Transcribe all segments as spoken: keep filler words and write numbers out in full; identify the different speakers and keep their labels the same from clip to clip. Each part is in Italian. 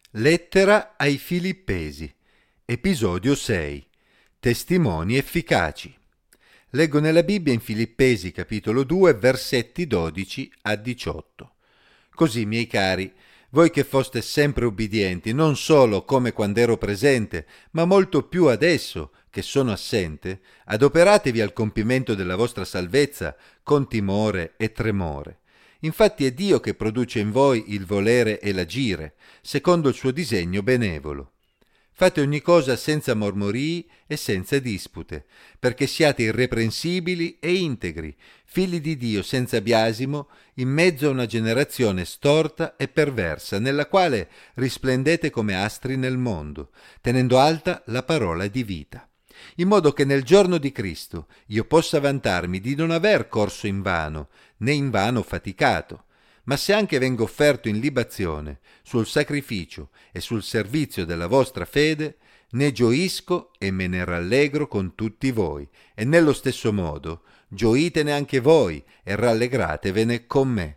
Speaker 1: Lettera ai Filippesi, episodio sei. Testimoni efficaci. Leggo nella Bibbia in Filippesi capitolo due, versetti dodici a diciotto. Così, miei cari, voi che foste sempre ubbidienti, non solo come quando ero presente, ma molto più adesso che sono assente, adoperatevi al compimento della vostra salvezza con timore e tremore. Infatti è Dio che produce in voi il volere e l'agire, secondo il suo disegno benevolo. Fate ogni cosa senza mormorii e senza dispute, perché siate irreprensibili e integri, figli di Dio senza biasimo, in mezzo a una generazione storta e perversa, nella quale risplendete come astri nel mondo, tenendo alta la parola di vita. In modo che nel giorno di Cristo io possa vantarmi di non aver corso invano, né invano faticato, ma se anche vengo offerto in libazione sul sacrificio e sul servizio della vostra fede, ne gioisco e me ne rallegro con tutti voi, e nello stesso modo gioitene anche voi e rallegratevene con me.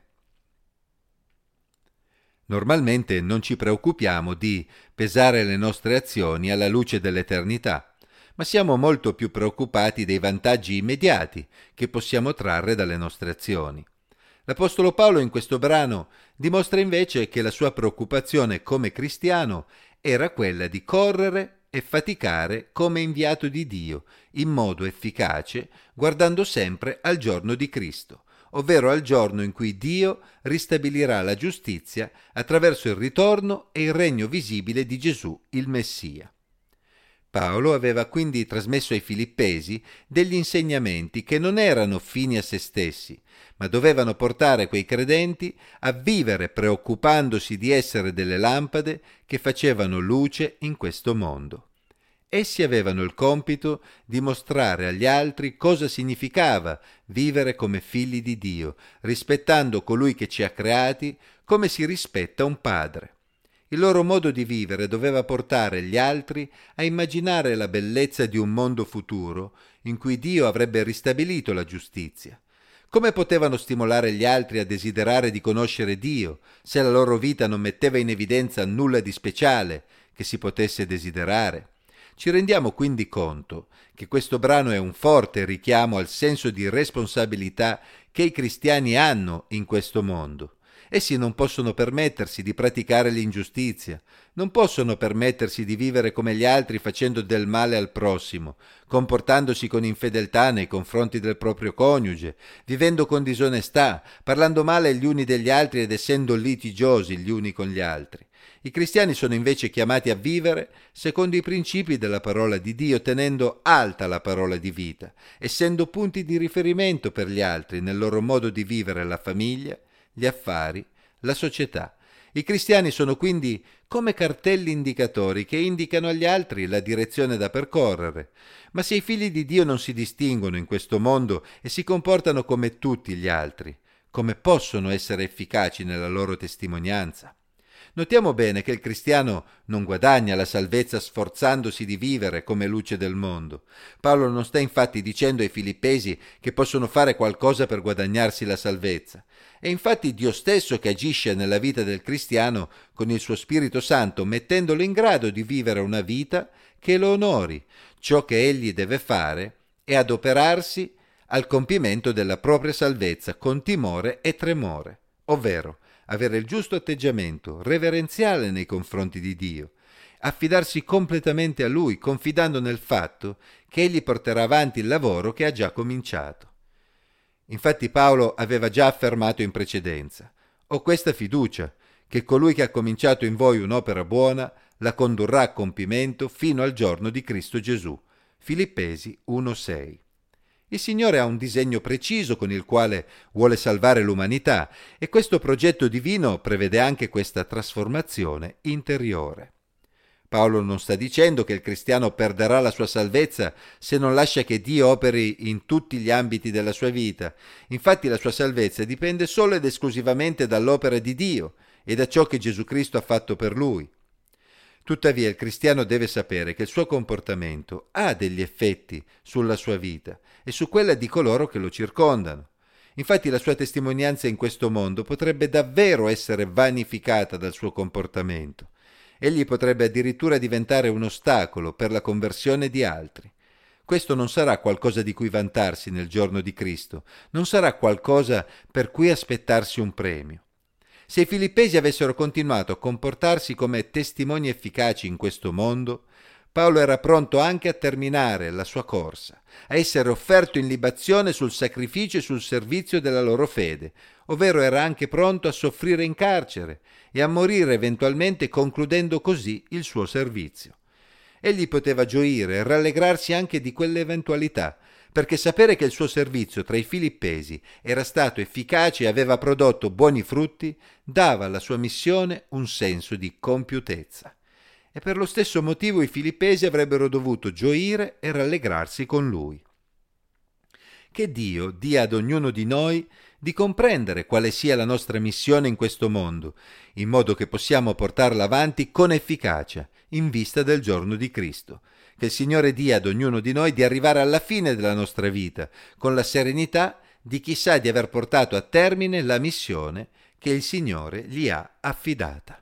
Speaker 1: Normalmente non ci preoccupiamo di pesare le nostre azioni alla luce dell'eternità, ma siamo molto più preoccupati dei vantaggi immediati che possiamo trarre dalle nostre azioni. L'Apostolo Paolo in questo brano dimostra invece che la sua preoccupazione come cristiano era quella di correre e faticare come inviato di Dio, in modo efficace, guardando sempre al giorno di Cristo, ovvero al giorno in cui Dio ristabilirà la giustizia attraverso il ritorno e il regno visibile di Gesù, il Messia. Paolo aveva quindi trasmesso ai Filippesi degli insegnamenti che non erano fini a se stessi, ma dovevano portare quei credenti a vivere preoccupandosi di essere delle lampade che facevano luce in questo mondo. Essi avevano il compito di mostrare agli altri cosa significava vivere come figli di Dio, rispettando colui che ci ha creati come si rispetta un padre. Il loro modo di vivere doveva portare gli altri a immaginare la bellezza di un mondo futuro in cui Dio avrebbe ristabilito la giustizia. Come potevano stimolare gli altri a desiderare di conoscere Dio se la loro vita non metteva in evidenza nulla di speciale che si potesse desiderare? Ci rendiamo quindi conto che questo brano è un forte richiamo al senso di responsabilità che i cristiani hanno in questo mondo. Essi non possono permettersi di praticare l'ingiustizia, non possono permettersi di vivere come gli altri facendo del male al prossimo, comportandosi con infedeltà nei confronti del proprio coniuge, vivendo con disonestà, parlando male gli uni degli altri ed essendo litigiosi gli uni con gli altri. I cristiani sono invece chiamati a vivere secondo i principi della parola di Dio, tenendo alta la parola di vita, essendo punti di riferimento per gli altri nel loro modo di vivere la famiglia, gli affari, la società. I cristiani sono quindi come cartelli indicatori che indicano agli altri la direzione da percorrere. Ma se i figli di Dio non si distinguono in questo mondo e si comportano come tutti gli altri, come possono essere efficaci nella loro testimonianza? Notiamo bene che il cristiano non guadagna la salvezza sforzandosi di vivere come luce del mondo. Paolo non sta infatti dicendo ai Filippesi che possono fare qualcosa per guadagnarsi la salvezza. È infatti Dio stesso che agisce nella vita del cristiano con il suo Spirito Santo, mettendolo in grado di vivere una vita che lo onori. Ciò che egli deve fare è adoperarsi al compimento della propria salvezza con timore e tremore, ovvero avere il giusto atteggiamento reverenziale nei confronti di Dio, affidarsi completamente a Lui, confidando nel fatto che Egli porterà avanti il lavoro che ha già cominciato. Infatti Paolo aveva già affermato in precedenza: ho questa fiducia, che colui che ha cominciato in voi un'opera buona la condurrà a compimento fino al giorno di Cristo Gesù. Filippesi uno sei. Il Signore ha un disegno preciso con il quale vuole salvare l'umanità e questo progetto divino prevede anche questa trasformazione interiore. Paolo non sta dicendo che il cristiano perderà la sua salvezza se non lascia che Dio operi in tutti gli ambiti della sua vita. Infatti la sua salvezza dipende solo ed esclusivamente dall'opera di Dio e da ciò che Gesù Cristo ha fatto per lui. Tuttavia il cristiano deve sapere che il suo comportamento ha degli effetti sulla sua vita e su quella di coloro che lo circondano. Infatti la sua testimonianza in questo mondo potrebbe davvero essere vanificata dal suo comportamento. Egli potrebbe addirittura diventare un ostacolo per la conversione di altri. Questo non sarà qualcosa di cui vantarsi nel giorno di Cristo, non sarà qualcosa per cui aspettarsi un premio. Se i filippesi avessero continuato a comportarsi come testimoni efficaci in questo mondo, Paolo era pronto anche a terminare la sua corsa, a essere offerto in libazione sul sacrificio e sul servizio della loro fede, ovvero era anche pronto a soffrire in carcere e a morire eventualmente concludendo così il suo servizio. Egli poteva gioire e rallegrarsi anche di quell'eventualità, perché sapere che il suo servizio tra i filippesi era stato efficace e aveva prodotto buoni frutti dava alla sua missione un senso di compiutezza. E per lo stesso motivo i filippesi avrebbero dovuto gioire e rallegrarsi con lui. Che Dio dia ad ognuno di noi di comprendere quale sia la nostra missione in questo mondo, in modo che possiamo portarla avanti con efficacia, in vista del giorno di Cristo. Che il Signore dia ad ognuno di noi di arrivare alla fine della nostra vita, con la serenità di chi sa di aver portato a termine la missione che il Signore gli ha affidata.